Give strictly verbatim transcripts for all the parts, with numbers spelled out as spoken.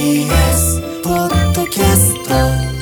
ーエス ポッドキャスト。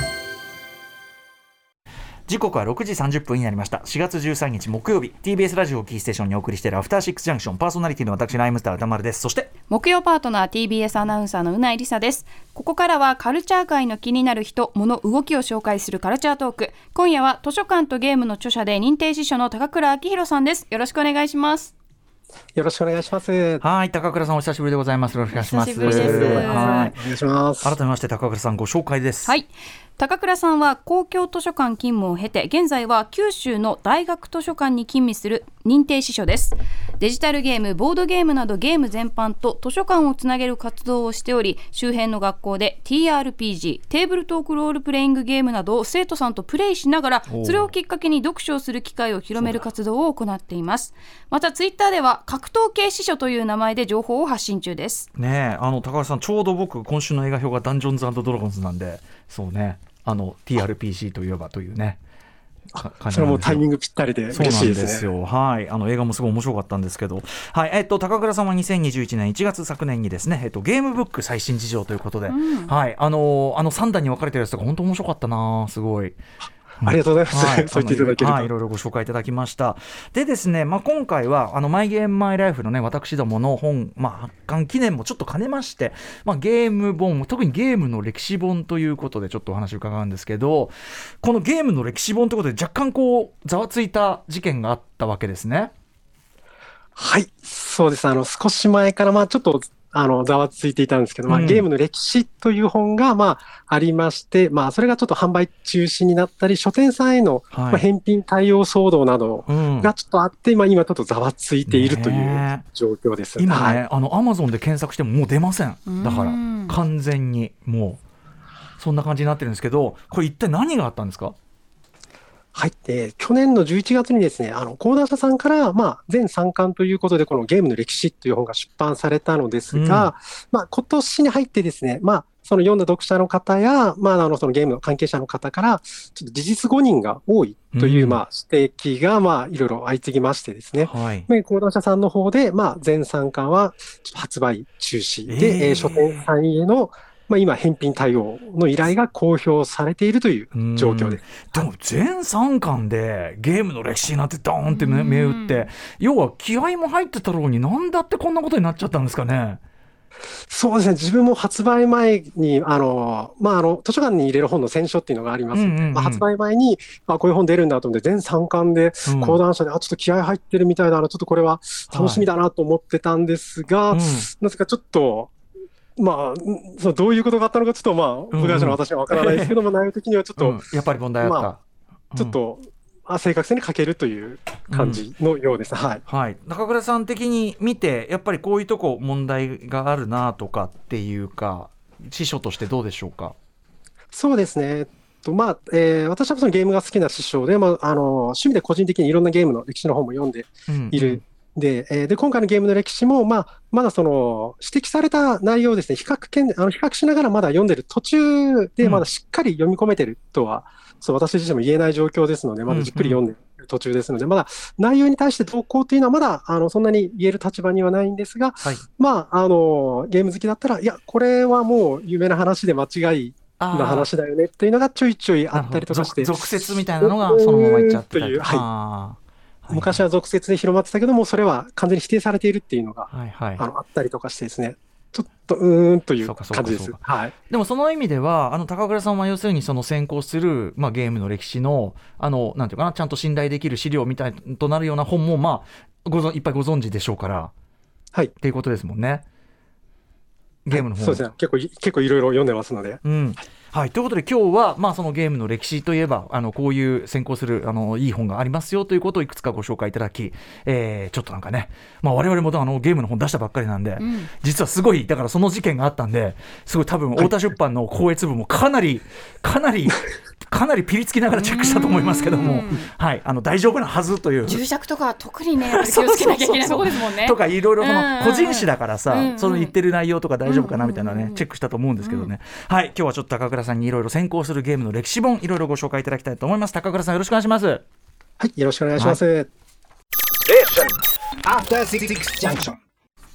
時刻はろくじさんじゅっぷんになりました。しがつじゅうさんにち木曜日、 ティービーエス ラジオをキーステーションにお送りしているアフターシックスジャンクション、パーソナリティの私ライムスター歌丸です。そして木曜パートナー ティービーエス アナウンサーのうないりさです。ここからはカルチャー界の気になる人物動きを紹介するカルチャートーク。今夜は図書館とゲームの著者で認定司書の高倉明宏さんです。よろしくお願いします。 よろしくお願いします。 はい、高倉さんお久しぶりでございます。よろしくお願いします。 久しぶりです。はい、 お願いします。 改めまして高倉さんご紹介です。 はい、高倉さんは公共図書館勤務を経て、現在は九州の大学図書館に勤務する認定司書です。デジタルゲーム、ボードゲームなどゲーム全般と図書館をつなげる活動をしており、周辺の学校で ティーアールピージー テーブルトークロールプレイングゲームなどを生徒さんとプレイしながら、それをきっかけに読書をする機会を広める活動を行っています。またツイッターでは格闘系司書という名前で情報を発信中ですね。え、あの高倉さん、ちょうど僕今週の映画表がダンジョンズ&ドラゴンズなんで、そうね、あの ティーアールピージー といえばというね、 それもタイミングぴったりで嬉しいですね。そうなんですよ。 はい、あの映画もすごい面白かったんですけど、はい、えっと高倉さんはにせんにじゅういちねんいちがつ、昨年にですね、えっと、ゲームブック最新事情ということで、うん、はい、あのあのさんだんに分かれてるやつとか本当面白かったな、すごい。 ありがとうございます、はい、そう言っていただけると、 はい、いろいろご紹介いただきました。でですね、まあ、今回はあのマイゲームマイライフのね、私どもの本、まあ、発刊記念もちょっと兼ねまして、まあ、ゲーム本、特にゲームの歴史本ということでちょっとお話を伺うんですけど、このゲームの歴史本ということで若干こうざわついた事件があったわけですね。 はい、そうです。あの少し前からまあちょっとあのざわついていたんですけど、まあ、ゲームの歴史という本がまあありまして、まあ、それがちょっと販売中止になったり、書店さんへのまあ返品対応騒動などがちょっとあって、まあ、今ちょっとざわついているという状況です。 今ね、 はい、 あの Amazon で検索してももう出ません。だから完全にもうそんな感じになってるんですけど、これ一体何があったんですか？ はい、えー、去年のじゅういちがつにですね、あの講談社さんから、まあ、全さんかんということでこのゲームの歴史という本が出版されたのですが、うんまあ、今年に入ってですね、まあ、その読んだ読者の方や、まあ、あのそのゲームの関係者の方からちょっと事実誤認が多いという、まあ、指摘が、まあ、いろいろ相次ぎましてですね、はい、講談社さんの方で、まあ、全さんかんはちょっと発売中止で、えー、書店さんへのまあ、今返品対応の依頼が公表されているという状況です。 でも全さんかんでゲームの歴史になってドーンって銘打って、要は気合も入ってたろうに、なんだってこんなことになっちゃったんですかね。 そうですね、自分も発売前にあの、まあ、あの図書館に入れる本の選書っていうのがありますので、うんうんうんまあ、発売前に、まあ、こういう本出るんだと思って全さんかんで講談社で、うん、あちょっと気合入ってるみたいだな、ちょっとこれは楽しみだなと思ってたんですが、はいうん、なぜかちょっとまあ、そのどういうことがあったのかちょっとまあ部外者の私は分からないですけども、うんうん、内容的にはちょっと、うん、 やっぱり問題あった、まあ、ちょっと、うん、正確性に欠けるという感じのようです、うんはいはい、中倉さん的に見てやっぱりこういうとこ問題があるなとかっていうか、司書としてどうでしょうか？ そうですね、とまあえー、私はそのゲームが好きな司書で、まあ、あの趣味で個人的にいろんなゲームの歴史の本も読んでいる、うんうんで, えー、で今回のゲームの歴史も、まあ、まだその指摘された内容をですね、比較けんあの比較しながらまだ読んでる途中で、まだしっかり読み込めてるとは、うん、そう私自身も言えない状況ですので、まだじっくり読んでる途中ですので、うんうん、まだ内容に対してどうこうというのはまだあのそんなに言える立場にはないんですが、はい、まあ、あのゲーム好きだったら、いやこれはもう有名な話で間違いの話だよねっていうのがちょいちょいあったりとかして、 俗説みたいなのがそのままいっちゃってたりとか、 はい昔は俗説で広まってたけども、それは完全に否定されているっていうのが、はいはい、あのあったりとかしてですね、ちょっとうーんという感じです。はい、 でもその意味ではあの高倉さんは要するにその先行する、まあ、ゲームの歴史のあのなんていうかな、ちゃんと信頼できる資料みたいとなるような本も、まあ、ごぞいっぱいご存知でしょうから、はい、っていうことですもんね。ゲームの本、 はい、そうですね、結構結構いろいろ読んでますので、 うんはい、ということで今日は、まあ、そのゲームの歴史といえばあのこういう先行するあのいい本がありますよということをいくつかご紹介いただき、えー、ちょっとなんかね、まあ、我々もあのゲームの本出したばっかりなんで、うん、実はすごいだからその事件があったんですごい多分太田出版の校閲部もかなりかなりかなりピリつきながらチェックしたと思いますけども、はい、あの大丈夫なはずという注釈とか特にね気をつけなきゃいけないところですもんねとかいろいろその個人誌だからさ、うんうん、その言ってる内容とか大丈夫かなみたいなね、うんうんうん、チェックしたと思うんですけどね、うん、はい、今日はちょっと高倉さんにいろいろ先行するゲームの歴史本いろいろご紹介いただきたいと思います。高倉さんよろしくお願いします。はい、よろしくお願いします。 はい、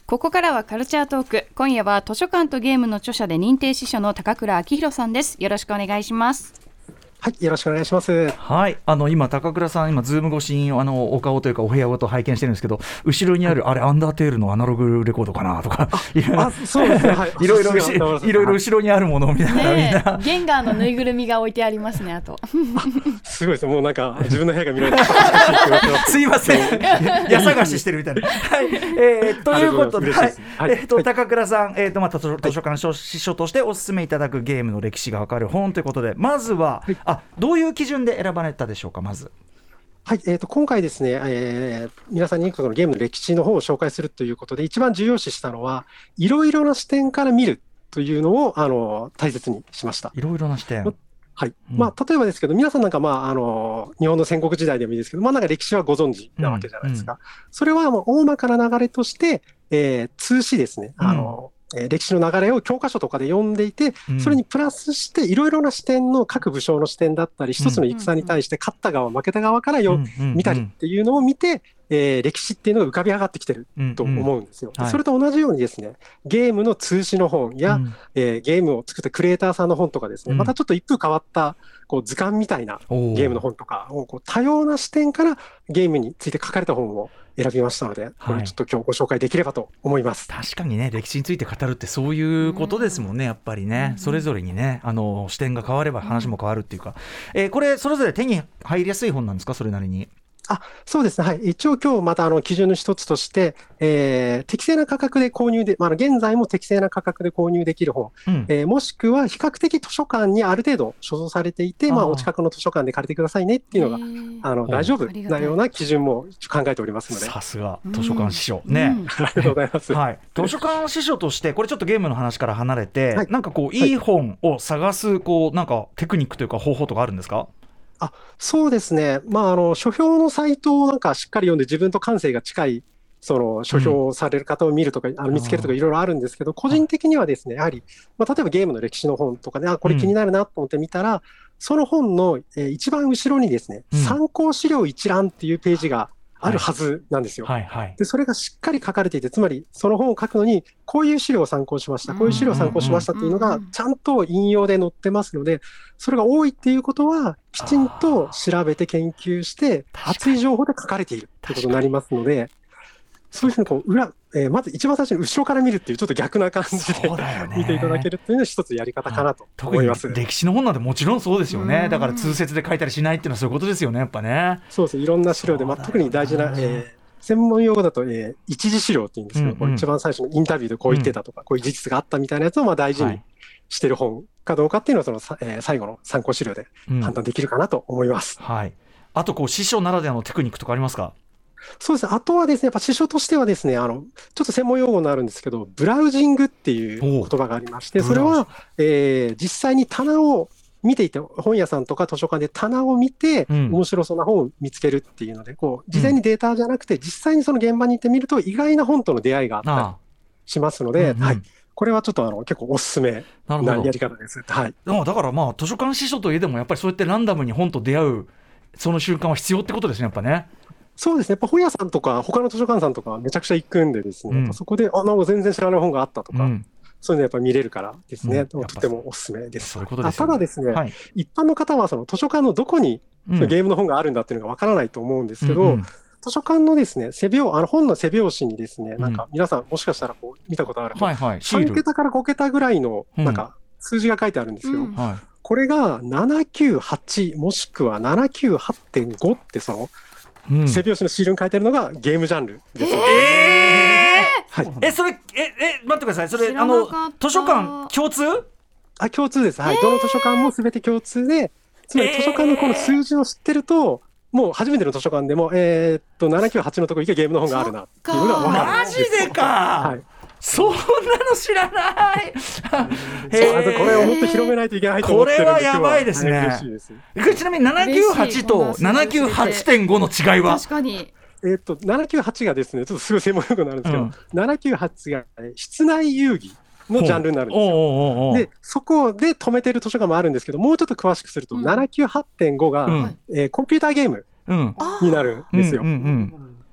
ここからはカルチャートーク。今夜は図書館とゲームの著者で認定司書の高倉明弘さんです。よろしくお願いします。 はい、よろしくお願いします。 はい、あの今高倉さん、今ズーム越しにあのお顔というかお部屋ごと拝見してるんですけど、後ろにある、はい、あれアンダーテールのアナログレコードかなとか、 あ、そうですね、はい、 いろいろいろいろ後ろにあるものを見ながら、みんなゲンガーのぬいぐるみが置いてありますね。あとすごいです、もうなんか自分の部屋が見られてすいません、家探ししてるみたいな。はい、えー、ということで、はい、はい、えー、と高倉さん、えーとまた図書館司書としてお勧めいただくゲームの歴史がわかる本ということで、まずは、はい、あどういう基準で選ばれたでしょうか。まず、 はい、えー、と今回ですね、えー、皆さんにこのゲームの歴史の方を紹介するということで、一番重要視したのはいろいろな視点から見るというのをあの大切にしました。 いろいろな視点、 はい、うん、まあ、例えばですけど、皆さんなんか、まあ、あの日本の戦国時代でもいいですけど、まあ、なんか歴史はご存知なわけじゃないですか。うんうん、それはもう大まかな流れとして、えー、通史ですね、あの、うん、えー、歴史の流れを教科書とかで読んでいて、うん、それにプラスしていろいろな視点の各武将の視点だったり、一つの戦に対して勝った側負けた側からよ、うん、見たりっていうのを見て、えー、歴史っていうのが浮かび上がってきてると思うんですよ。うんうん、はい、それと同じようにですね、ゲームの通史の本や、うん、えー、ゲームを作ったクリエイターさんの本とかですね、うん、またちょっと一風変わったこう図鑑みたいなゲームの本とかをこう多様な視点からゲームについて書かれた本を選びましたので、これちょっと今日ご紹介できればと思います。 はい、確かにね、歴史について語るってそういうことですもんね、やっぱりね、それぞれにね、あの視点が変われば話も変わるっていうか、えー、これそれぞれ手に入りやすい本なんですか、それなりに。 あ、そうですね。はい。一応今日またあの基準の一つとして、えー、適正な価格で購入で、まあ、現在も適正な価格で購入できる本、うん、えー、もしくは比較的図書館にある程度所蔵されていて、あまあ、お近くの図書館で借りてくださいねっていうのが、あの、大丈夫なような基準も考えておりますので。 さすが、図書館司書。うん、ね、 うん。ありがとうございます。 はい。図書館司書として、これちょっとゲームの話から離れて、はい、なんかこう、いい本を探す、こう、なんかテクニックというか方法とかあるんですか？ あ、そうですね。まあ、あの、書評のサイトをなんかしっかり読んで自分と感性が近い、その、書評される方を見るとか、うん、あの見つけるとかいろいろあるんですけど、個人的にはですね、やはり、まあ、例えばゲームの歴史の本とかで、あ、これ気になるなと思って見たら、うん、その本の、えー、一番後ろにですね、うん、参考資料一覧っていうページがあるはずなんですよ。 はいはいはい、 で、それがしっかり書かれていて、つまりその本を書くのに、こういう資料を参考しました、こういう資料を参考しましたっていうのが、ちゃんと引用で載ってますので、それが多いっていうことは、きちんと調べて研究して、熱い情報で書かれているってことになりますので、そういうふうにこう裏、えー、まず一番最初に後ろから見るっていうちょっと逆な感じで見ていただけるっていうのは一つやり方かなと思います。 特に歴史の本なんてもちろんそうですよね。だから通説で書いたりしないっていうのはそういうことですよね、やっぱね。 そうですね、いろんな資料で、まあ、特に大事な、えー専門用語だと、えー、一次資料って言うんですけど、うんうん、これ一番最初のインタビューでこう言ってたとか、うん、こういう事実があったみたいなやつをまあ大事にしてる本かどうかっていうのはその、えー、最後の参考資料で判断できるかなと思います。 うん、はい。あとこう司書ならではのテクニックとかありますか？ そうですね。あとはですね、やっぱ司書としてはですね、あの、ちょっと専門用語になるんですけど、ブラウジングっていう言葉がありまして、それは、えー、実際に棚を見ていて、本屋さんとか図書館で棚を見て、うん、面白そうな本を見つけるっていうので、こう、事前にデータじゃなくて、実際にその現場に行ってみると、意外な本との出会いがあったりしますので、うんうん、はい。これはちょっとあの結構おすすめなやり方です。はい。 だからまあ、図書館司書といえども、やっぱりそうやってランダムに本と出会う、その瞬間は必要ってことですね、やっぱね。 そうですね。やっぱ本屋さんとか、他の図書館さんとかめちゃくちゃ行くんでですね、うん、そこで、あ、なんか全然知らない本があったとか、うん、そういうのやっぱ見れるからですね、うん、とてもおすすめです。 そういうことですよね。 ただですね、はい、一般の方はその図書館のどこにそのゲームの本があるんだっていうのがわからないと思うんですけど、うんうん、図書館のですね、背表、あの本の背表紙にですね、なんか皆さんもしかしたらこう見たことある、はいはい、さん桁からご桁ぐらいのなんか数字が書いてあるんですよ。うんはい、これがななきゅうはちもしくは ななきゅうはちてんご ってその、うん、背表紙のシールに書いてあるのがゲームジャンルです。えーはい、えそれええ待ってください。それあの図書館共通？ あ、共通です。はい、えー、どの図書館もすべて共通で、つまり図書館のこの数字を知ってると、えー、もう初めての図書館でもえー、っとななきゅうはちのところ行けゲームの本があるなっていうのが分かる。 マジでか。はい。そんなの知らない。 へこれをもっと広めないといけないと思ってるんで、 これはやばいですね。ちなみにななきゅうはちと ななきゅうはちてんご の違いは？ 確かに。 えー、っとななきゅうはちがですね、ちょっとすごい専門用語になるんですけど、うん、ななきゅうはちが室内遊戯のジャンルになるんですよ。おうおうおうで、そこで止めてる図書館もあるんですけど、もうちょっと詳しくすると、うん、ななきゅうはちてんご が、うんえー、コンピューターゲームになるんですよ。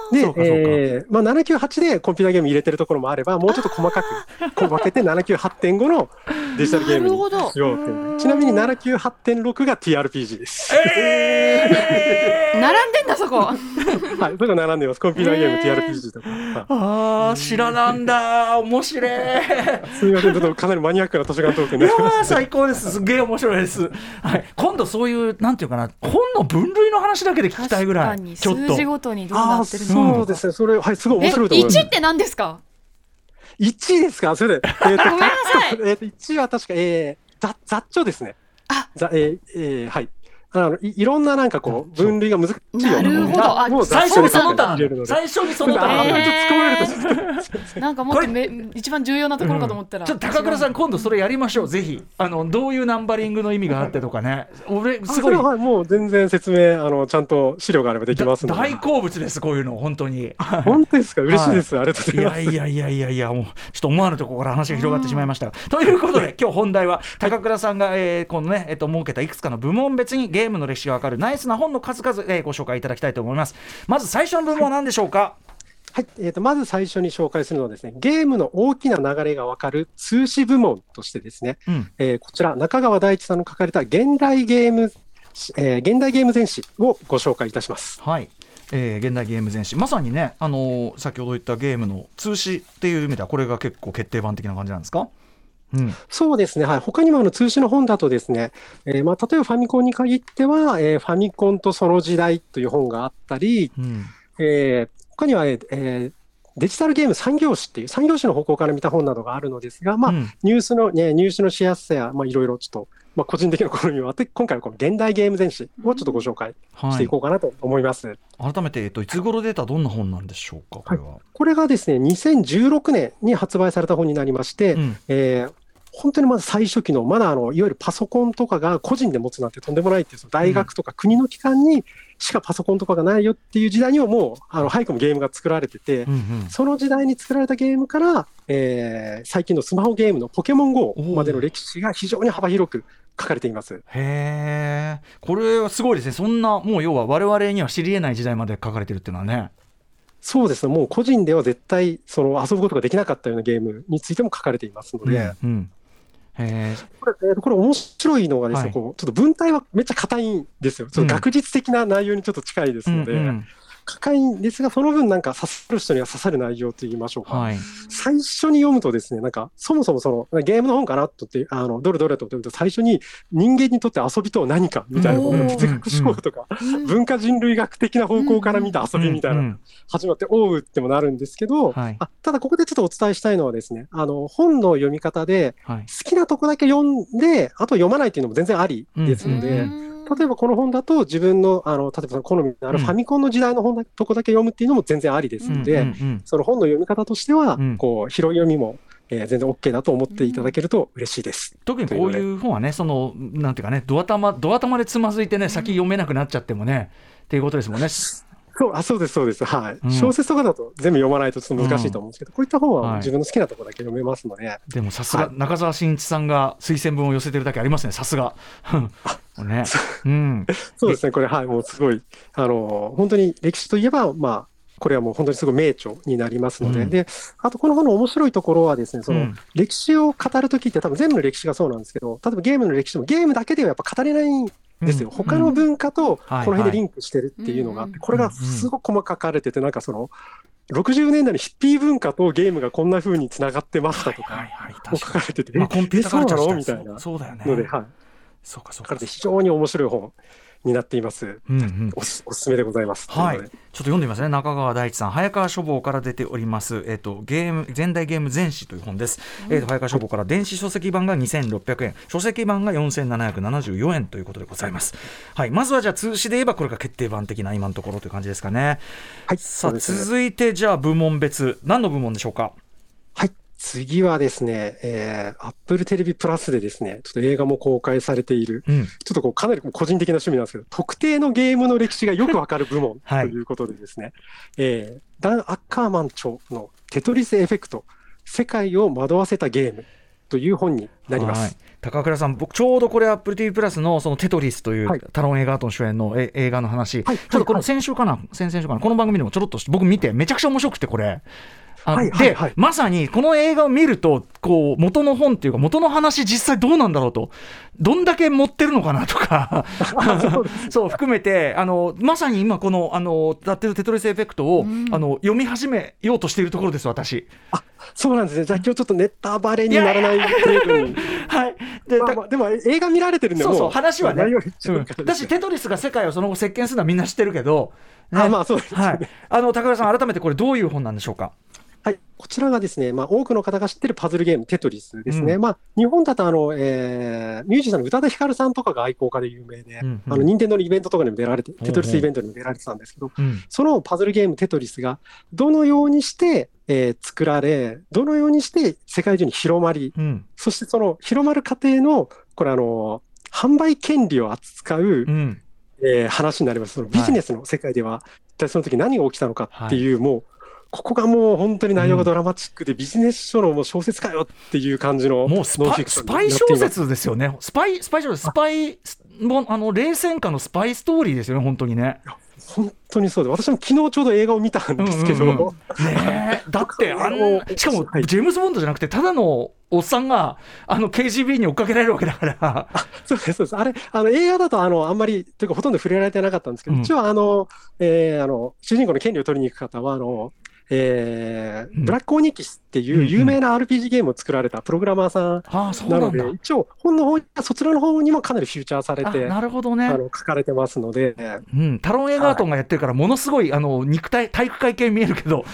で、 そうかそうか、 えーまあ、ななきゅうはちでコンピューターゲーム入れてるところもあれば、もうちょっと細かくこう分けて ななきゅうはちてんご のデジタルゲームにしようっていう。ちなみに ななきゅうはちてんろく が ティーアールピージー です。 えー、並んでんだそこ。はい、 それが並んでます。コンピューターゲーム、えー、ティーアールピージー とか。 ああ、知らなんだ。面白い。 すみません、ちょっとかなりマニアックな図書館トークになります、ね。 最高です。すげえ面白いです。はい、今度そういうなんていうかな、本の分類の話だけで聞きたいぐらい。ちょっと数字ごとにどうなってるのか。 そうですね。それ、はい、すごい面白いと思います。 いちって何ですか？ いちいですか？それで、 えー、とごめんなさい。 えー、といちいは確か、えー、雑長ですね。 あ、 ざえーえー、はい。あの い, いろんななんかこう分類が難しいよ。 なるほど。あ、 もう最初にその他最初にその他、 なんかもっとめ一番重要なところかと思ったら、 うん、ちょっと高倉さん今度それやりましょう。ぜひあのどういうナンバリングの意味があってとかね。俺すごい、 はい、もう全然説明あのちゃんと資料があればできますので。 大好物です、こういうの本当に。 本当ですか？嬉しいです、はい、ありがとうございます。 いやいやいやいやいや、もうちょっと思わぬところから話が広がってしまいました。ということで今日本題は高倉さんが、えー、このね、えっと設けたいくつかの部門別にゲームの歴史がわかるナイスな本の数々、えー、ご紹介いただきたいと思います。まず最初の部門は何でしょうか？ はい、えー、とまず最初に紹介するのはですね、ゲームの大きな流れがわかる通史部門としてですね、うん、えー、こちら中川大地さんの書かれた現代ゲーム、えー、現代ゲーム全史をご紹介いたします。 はい、えー、現代ゲーム全史、まさにね、あのー、先ほど言ったゲームの通史っていう意味ではこれが結構決定版的な感じなんですか？ うん、そうですね、はい、他にもあの通史の本だとですね、えーまあ、例えばファミコンに限っては、えー、ファミコンとその時代という本があったり、うん、えー、他には、えー、デジタルゲーム産業史っていう産業史の方向から見た本などがあるのですが、まあうん、ニュースの、ね、入手のしやすさや、まあ、いろいろちょっと、まあ、個人的な好みもあって、今回はこの現代ゲーム全史をちょっとご紹介していこうかなと思います。はい、 改めて、えっと、いつ頃出たどんな本なんでしょうか？これは、はい、 これがですねにせんじゅうろくねんに発売された本になりまして、うん、えー本当にまず最初期のまだあのいわゆるパソコンとかが個人で持つなんてとんでもないっていう、その大学とか国の機関にしかパソコンとかがないよっていう時代にはもうあの早くもゲームが作られてて、うんうん、その時代に作られたゲームから、えー、最近のスマホゲームのポケモン ゴー までの歴史が非常に幅広く書かれています。 へー、これはすごいですね。そんなもう要は我々には知り得ない時代まで書かれてるっていうのはね。 そうですね、もう個人では絶対その遊ぶことができなかったようなゲームについても書かれていますので、うんうん、へこれ、これ面白いのがですね、はい、こうちょっと文体はめっちゃ硬いんですよ。ちょっと学術的な内容にちょっと近いですので、うんうんうん、硬いんですが、その分なんか刺さる人には刺さる内容といいましょうか、はい、最初に読むとですね、なんかそもそもそのゲームの本かなとってあのどれどれと読むと、最初に人間にとって遊びとは何かみたいなことが哲学思考とか、うん、文化人類学的な方向から見た遊びみたいな、うんうん、始まっておうってもなるんですけど、はい、あただここでちょっとお伝えしたいのはですね、あの本の読み方で好きなとこだけ読んで、あと読まないっていうのも全然ありですので、うんうん例えばこの本だと自分の、あの例えばその好みのあるファミコンの時代の本だとこだけ読むっていうのも全然ありですので、うんうんうん、その本の読み方としては、うん、こう広い読みも、えー、全然 OK だと思っていただけると嬉しいです。 特にこういう本はね、そのなんていうかね、ドア玉ドア玉でつまずいてね、先読めなくなっちゃってもね、っていうことですもんね。 そうあそうですそうです、はいうん、小説とかだと全部読まないとちょっと難しいと思うんですけど、うん、こういった本は自分の好きなところだけ読めますので、はい、 でもさすが、はい、中澤慎一さんが推薦文を寄せてるだけありますね、さすがね、うん、 そうですね、これはいもうすごいあの本当に歴史といえばまあこれはもう本当にすごい名著になりますので、うん、であとこの本の面白いところはですね、その歴史を語るときって多分全部の歴史がそうなんですけど、例えばゲームの歴史でもゲームだけではやっぱ語れないんですよ、うん、他の文化とこの辺でリンクしてるっていうのがあって、これがすごく細かく書かれてて、なんかそのろくじゅうねんだいのヒッピー文化とゲームがこんな風につながってましたとか書かれてて、 まあ、コンピューターカルチャーみたいなそうだよねので、はい、 そうかそうか、 非常に面白い本になっています、うんうん、お, すおすすめでございます。 はい、ちょっと読んでみますね。中川大地さん、早川書房から出ております、えー、とゲーム前代ゲーム全史という本です、うんえー、と早川書房から電子書籍版がにせんろっぴゃくえん、書籍版がよんせんななひゃくななじゅうよえんということでございます。はい、まずはじゃあ通史で言えばこれが決定版的な今のところという感じですかね。はい、さあ、ね、続いてじゃあ部門別何の部門でしょうか？ はい次はですね、えー、Apple テレビプラスでですね、ちょっと映画も公開されている、うん、ちょっとこうかなり個人的な趣味なんですけど、特定のゲームの歴史がよくわかる部門ということでですね、はい、えー、ダン・アッカーマン著のテトリスエフェクト、世界を惑わせたゲームという本になります。 はい、高倉さん、僕ちょうどこれ Apple ティーブイ プラスのそのテトリスという、はい、タロン・エガートン主演のえ映画の話、はい、ちょっとこの先週かな、はい、先々週かな、この番組でもちょろっと僕見てめちゃくちゃ面白くて、これあ、はいはいはい、でまさにこの映画を見るとこう元の本っていうか元の話実際どうなんだろうと、どんだけ持ってるのかなとかそうそう含めてあのまさに今このあのやってるテトリスエフェクトを、うん、あの読み始めようとしているところです私。あ、 そうなんですね。じゃあ今日ちょっとネタバレにならない程度にはいで、 まあまあ、でも映画見られてるんで、 そうそうもう話はね、 うん、 だしテトリスが世界をその後席巻するのはみんな知ってるけど、 ね、あ、まあそうですね、はい、 あの高倉さん改めてこれどういう本なんでしょうか。 はい、こちらがですね、まあ、多くの方が知ってるパズルゲーム、テトリスですね。うん、まあ、日本だとあの、えー、ミュージシャンの宇多田ヒカルさんとかが愛好家で有名で、うんうん、あの任天堂のイベントとかにも出られて、テトリスイベントにも出られてたんですけど、うん、そのパズルゲーム、テトリスがどのようにして、えー、作られ、どのようにして世界中に広まり、うん、そしてその広まる過程の、これあの、販売権利を扱う、うんえー、話になります。そのビジネスの世界では、はい、一体その時何が起きたのかっていう、はい、もう、ここがもう本当に内容がドラマチックで、うん、ビジネス書のもう小説かよっていう感じのもうスパイ、スパイ小説ですよね。スパイ、スパイ小説、スパイもあの冷戦下のスパイストーリーですよね、本当にね。 本当にそうで、私も昨日ちょうど映画を見たんですけど、うんうんうん、 ねだってあのしかもジェームズ・ボンドじゃなくてただのおっさんがあの ケージービー に追っかけられるわけだから。あ、 そうですそうです。あれあの映画だとあのあんまりというかほとんど触れられてなかったんですけど、うん、一応あの、えー、あの主人公の権利を取りに行く方はあのえーうん、ブラックオニキスっていう有名な アールピージー ゲームを作られたプログラマーさんなので、うんうん、一応本の方そちらの方にもかなりフューチャーされて、 なるほどね、 あの書かれてますので、 うん、タロン・エガートンがやってるからものすごいあの肉体体育会系見えるけど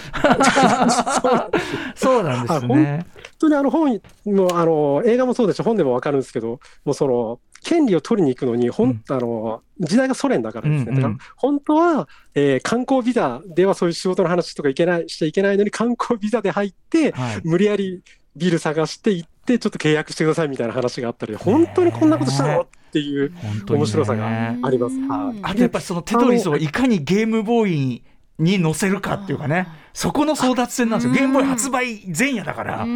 そうなんですね。 本当にあの本もあの映画もそうですし本でも分かるんですけど、もうその権利を取りに行くのに、ほん、うん、あの時代がソ連だからですね、うんうん、だから本当は、えー、観光ビザではそういう仕事の話とかいけないしちゃいけないのに、観光ビザで入って、はい、無理やりビル探して行って、ちょっと契約してくださいみたいな話があったり、本当にこんなことしたのっていう面白さがあります。 はい、あとやっぱりそのテトリスをいかにゲームボーイに載せるかっていうかね、そこの争奪戦なんですよ。ゲームボーイ発売前夜だから、うん、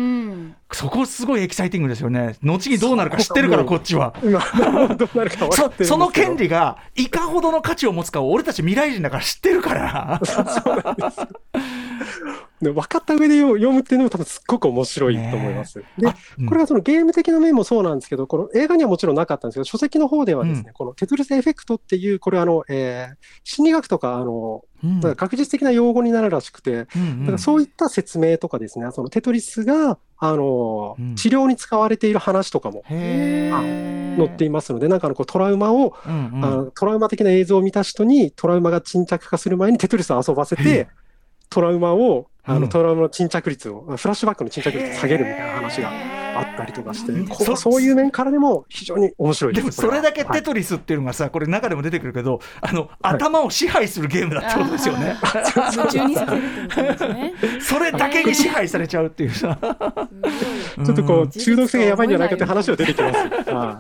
そこすごいエキサイティングですよね。後にどうなるか知ってるから、こっちは。今どうなるか分かってるんですけど、そ, その権利がいかほどの価値を持つかを俺たち未来人だから知ってるからそうなんですで分かった上で読むっていうのも多分すっごく面白いと思います。ね、で、うん、これはそのゲーム的な面もそうなんですけど、この映画にはもちろんなかったんですけど、書籍の方ではですね、うん、このテトリスエフェクトっていう、これあの、えー、心理学とかあの、うん、学術的な用語になるらしくて、うんうん、だからそういった説明とかですね、そのテトリスがあの、うん、治療に使われている話とかも載っていますので、なんかのこうトラウマを、うんうん、あのトラウマ的な映像を見た人にトラウマが沈着化する前にテトリスを遊ばせて、トラウマをあのトラウマの沈着率を、うん、フラッシュバックの沈着率を下げるみたいな話があったりとかして、こそ, そういう面からでも非常に面白いです。 でもそれだけテトリスっていうのがさ、はい、これ中でも出てくるけど、あの、はい、頭を支配するゲームだってことですよね。 夢中にさせるってことですね。 それだけに支配されちゃうっていうさちょっとこう中毒性がやばいんじゃないかって話は出てきます。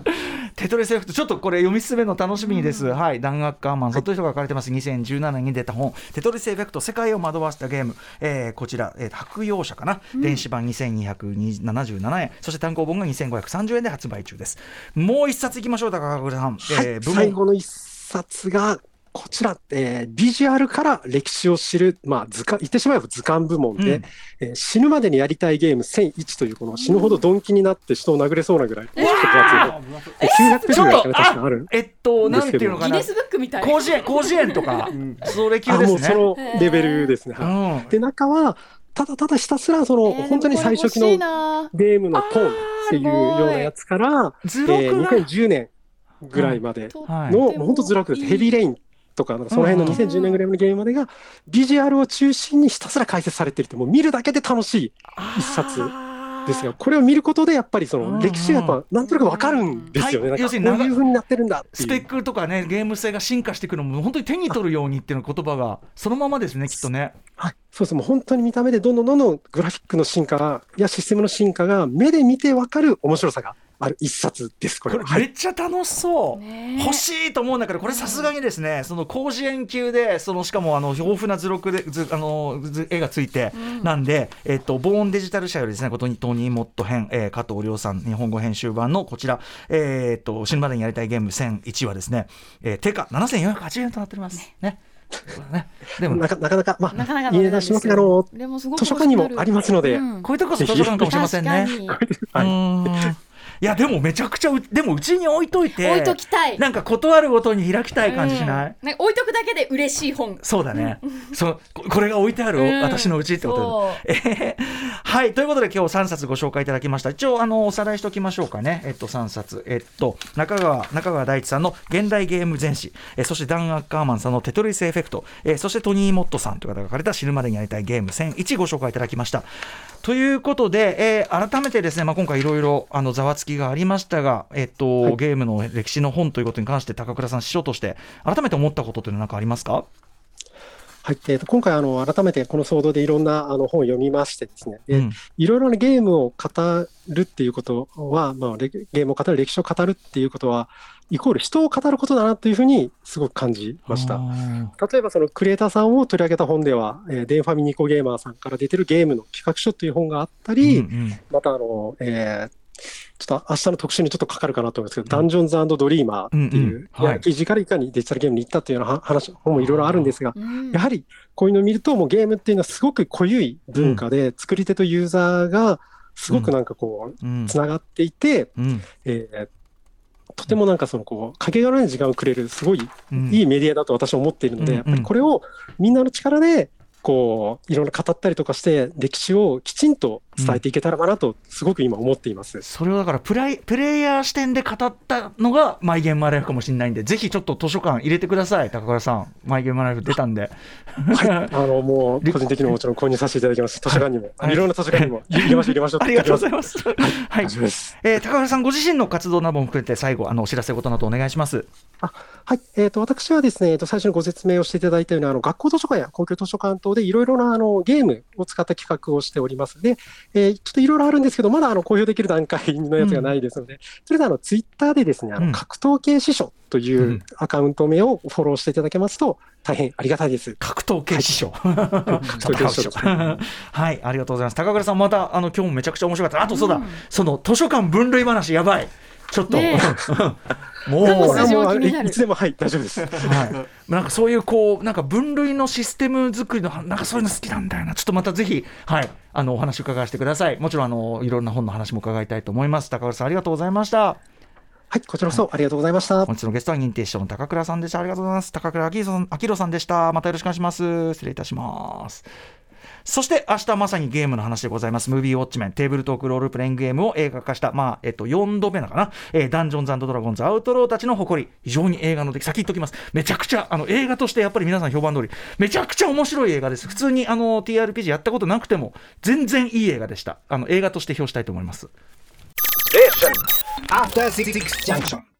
テトリスエフェクト、ちょっとこれ読み進めるの楽しみです。うん、はい、ダン・アッカーマンさんという人が書かれてます。にせんじゅうななねんに出た本、テトリスエフェクト世界を惑わせたゲーム、えー、こちら、えー、白洋社かな、うん、電子版にせんにひゃくななじゅうななえん、そして単行本がにせんごひゃくさんじゅうえんで発売中です。もう一冊いきましょう、高倉さん。 はい、えー、最後の一冊がこちら、えー、ビジュアルから歴史を知る、まあ、図鑑言ってしまえば図鑑部門で、うんえー、死ぬまでにやりたいゲームせんいちというこの死ぬほど鈍気になって人を殴れそうなぐらい、うん、ちょっと分厚い、きゅうひゃくページぐらいから確かあるんですけど、 えっとなんていうのかな、 ギネスブックみたいな広辞苑広辞苑とか、うん、それ級ですね。あ、もうそのレベルですね。はい、で中はただただひたすらその、えー、本当に最初期のゲームのトーンっていうようなやつから、えー、にせんじゅうねんぐらいまでの、うんはい、もう本当図録です。ヘビーレインとか、なんかその辺のにせんじゅうねんぐらいのゲームまでがビジュアルを中心にひたすら解説されているって、もう見るだけで楽しい一冊ですが、これを見ることでやっぱりその歴史がやっぱなんとなく分かるんですよね。要するにこういう風になってるんだっていうスペックとかね、ゲーム性が進化していくのも本当に手に取るようにっていう言葉がそのままですね、きっとね。 はい、そうです。もう本当に見た目でどんどんどんどんグラフィックの進化やシステムの進化が目で見て分かる面白さがある一冊です。これこれめっちゃ楽しそう、ね、欲しいと思うんだけど、これさすがにですね、その広辞苑級で、そのしかもあの豊富な図録で図あの図絵がついて、うん、なんで、えっと、ボーンデジタル社よりですね、トニー・モット編、えー、加藤亮さん日本語編集版のこちら、えー、っと死ぬまでにやりたいゲームせんいちはですね、えー、定価ななせんよんひゃくはちじゅうえんとなっておりますね。ねね、でもなかなかなか、まあ、 なかなか家出しますが、あの図書館にもありますので、 うん、こういうところこそ図書館かもしれませんね。はい、いやでもめちゃくちゃうでもうちに置いといて置いときたい、 なんか断るごとに開きたい感じしない、 うん、なんか置いとくだけで嬉しい本。 そうだね、そこれが置いてある、うん、私のうちってことで、えー、はいということで今日さんさつご紹介いただきました。一応あのおさらいしておきましょうかね。えっとさんさつ、えっと中川中川大地さんの現代ゲーム全史、えー、そしてダン・アッカーマンさんのテトリスエフェクト、えー、そしてトニー・モットさんという方が書かれた死ぬまでにやりたいゲームせんいちご紹介いただきました。ということで、えー、改めてですね、まあ、今回いろいろあのざわつきがありましたが、えっとはい、ゲームの歴史の本ということに関して高倉さん師匠として改めて思ったことというのは何かありますか？ はい、えー、と今回あの改めてこの騒動でいろんなあの本を読みましてですね、でうん、いろいろなゲームを語るっていうことは、まあ、ゲームを語る、歴史を語るっていうことはイコール人を語ることだなというふうにすごく感じました。例えばそのクリエイターさんを取り上げた本では、えー、デンファミニコゲーマーさんから出てるゲームの企画書という本があったり、うんうん、またあの、えーちょっと明日の特集にちょっとかかるかなと思うんですけど、うん、ダンジョンズ&ドリーマーっていう、うんうんはい、記事からいかにデジタルゲームに行ったっていうような話本もいろいろあるんですが、うん、やはりこういうのを見るともうゲームっていうのはすごく濃ゆい文化で、うん、作り手とユーザーがすごくなんかこう、うん、つながっていて、うんえー、とてもなんかそのこうかけがえのない時間をくれるすごいいいメディアだと私は思っているので、うん、やっぱりこれをみんなの力でこういろいろ語ったりとかして歴史をきちんと伝えていけたらばなとすごく今思っています、うん、 それをだからプライ、プレイヤー視点で語ったのがマイゲームマイライフかもしれないんで、ぜひちょっと図書館入れてください。高倉さんマイゲームマイライフ出たんではい、あのもう個人的にももちろん購入させていただきます。図書館にも、はい、いろんな図書館にも入れましょう入れましょうありがとうございますはい、 はい、大丈夫です、 えー、高倉さんご自身の活動なども含めて最後あのお知らせことなどお願いします。 あはい、えー、と私はですね、えー、と最初にご説明をしていただいたようにあの学校図書館や公共図書館等でいろいろなあのゲームを使った企画をしております。で、えー、ちょっといろいろあるんですけどまだあの公表できる段階のやつがないですので、うん、それであのツイッターでですねあの格闘系司書というアカウント名をフォローしていただけますと大変ありがたいです。 格闘系司書、はい、格闘系司書はいありがとうございます。高倉さんまたあの今日もめちゃくちゃ面白かった。あとそうだ、うん、その図書館分類話やばいちょっと、ね、もういつでもはい大丈夫です、はい、なんかそういうこうなんか分類のシステム作りのなんかそういうの好きなんだよな。ちょっとまたぜひ、はい、あのお話伺わせてください。もちろんあのいろんな本の話も伺いたいと思います。高倉さんありがとうございました。 はい、こちらこそありがとうございました。 本日のゲストは認定師匠の高倉さんでした。ありがとうございます。高倉明宏さんでした。またよろしくお願いします。失礼いたします。そして明日まさにゲームの話でございます。ムービーウォッチメンテーブルトークロールプレイングゲームを映画化した、まあえっと、よんどめなのかな、えー、ダンジョンズ&ドラゴンズアウトローたちの誇り。非常に映画の出来先言っときます。めちゃくちゃあの映画としてやっぱり皆さん評判通りめちゃくちゃ面白い映画です。普通にあの ティーアールピージー やったことなくても全然いい映画でした。あの映画として評したいと思います。After シックス ジャンクション